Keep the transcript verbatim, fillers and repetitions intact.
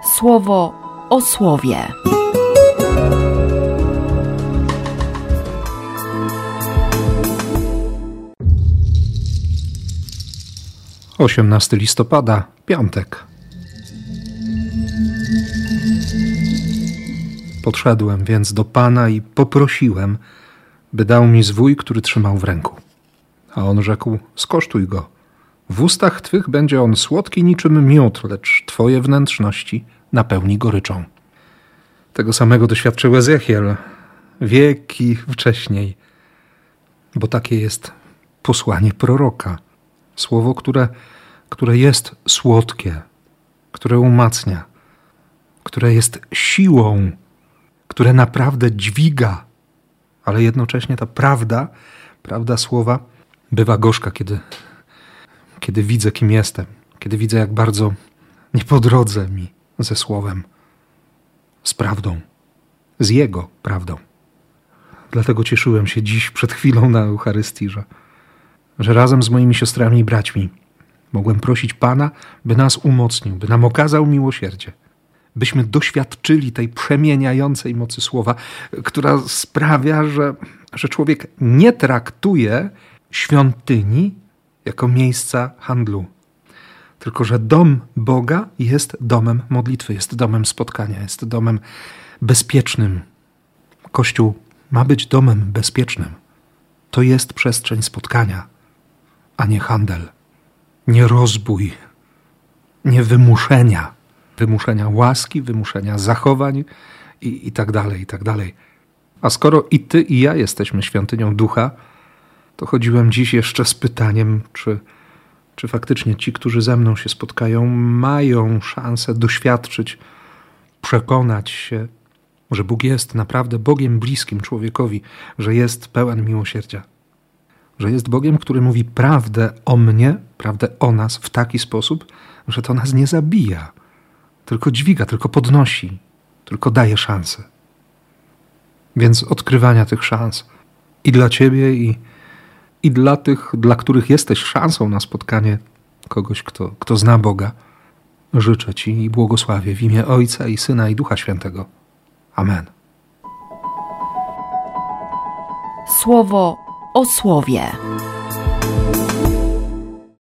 Słowo o słowie. osiemnastego listopada, piątek. Podszedłem więc do Pana i poprosiłem, by dał mi zwój, który trzymał w ręku. A on rzekł: skosztuj go. W ustach twych będzie on słodki niczym miód, lecz twoje wnętrzności napełni goryczą. Tego samego doświadczył Ezechiel wieki wcześniej, bo takie jest posłanie proroka. Słowo, które, które jest słodkie, które umacnia, które jest siłą, które naprawdę dźwiga, ale jednocześnie ta prawda, prawda słowa bywa gorzka, kiedy, kiedy widzę, kim jestem, kiedy widzę, jak bardzo nie po drodze mi ze słowem, z prawdą, z Jego prawdą. Dlatego cieszyłem się dziś przed chwilą na Eucharystii, że, że razem z moimi siostrami i braćmi mogłem prosić Pana, by nas umocnił, by nam okazał miłosierdzie, byśmy doświadczyli tej przemieniającej mocy słowa, która sprawia, że, że człowiek nie traktuje świątyni jako miejsca handlu, tylko że dom Boga jest domem modlitwy, jest domem spotkania, jest domem bezpiecznym. Kościół ma być domem bezpiecznym. To jest przestrzeń spotkania, a nie handel, nie rozbój, nie wymuszenia. Wymuszenia łaski, wymuszenia zachowań i, i tak dalej, i tak dalej. A skoro i ty, i ja jesteśmy świątynią Ducha, to chodziłem dziś jeszcze z pytaniem, czy, czy faktycznie ci, którzy ze mną się spotkają, mają szansę doświadczyć, przekonać się, że Bóg jest naprawdę Bogiem bliskim człowiekowi, że jest pełen miłosierdzia, że jest Bogiem, który mówi prawdę o mnie, prawdę o nas w taki sposób, że to nas nie zabija, tylko dźwiga, tylko podnosi, tylko daje szansę. Więc odkrywania tych szans i dla ciebie, i, i dla tych, dla których jesteś szansą na spotkanie kogoś, kto, kto zna Boga, życzę ci i błogosławię w imię Ojca i Syna i Ducha Świętego. Amen. Słowo o słowie.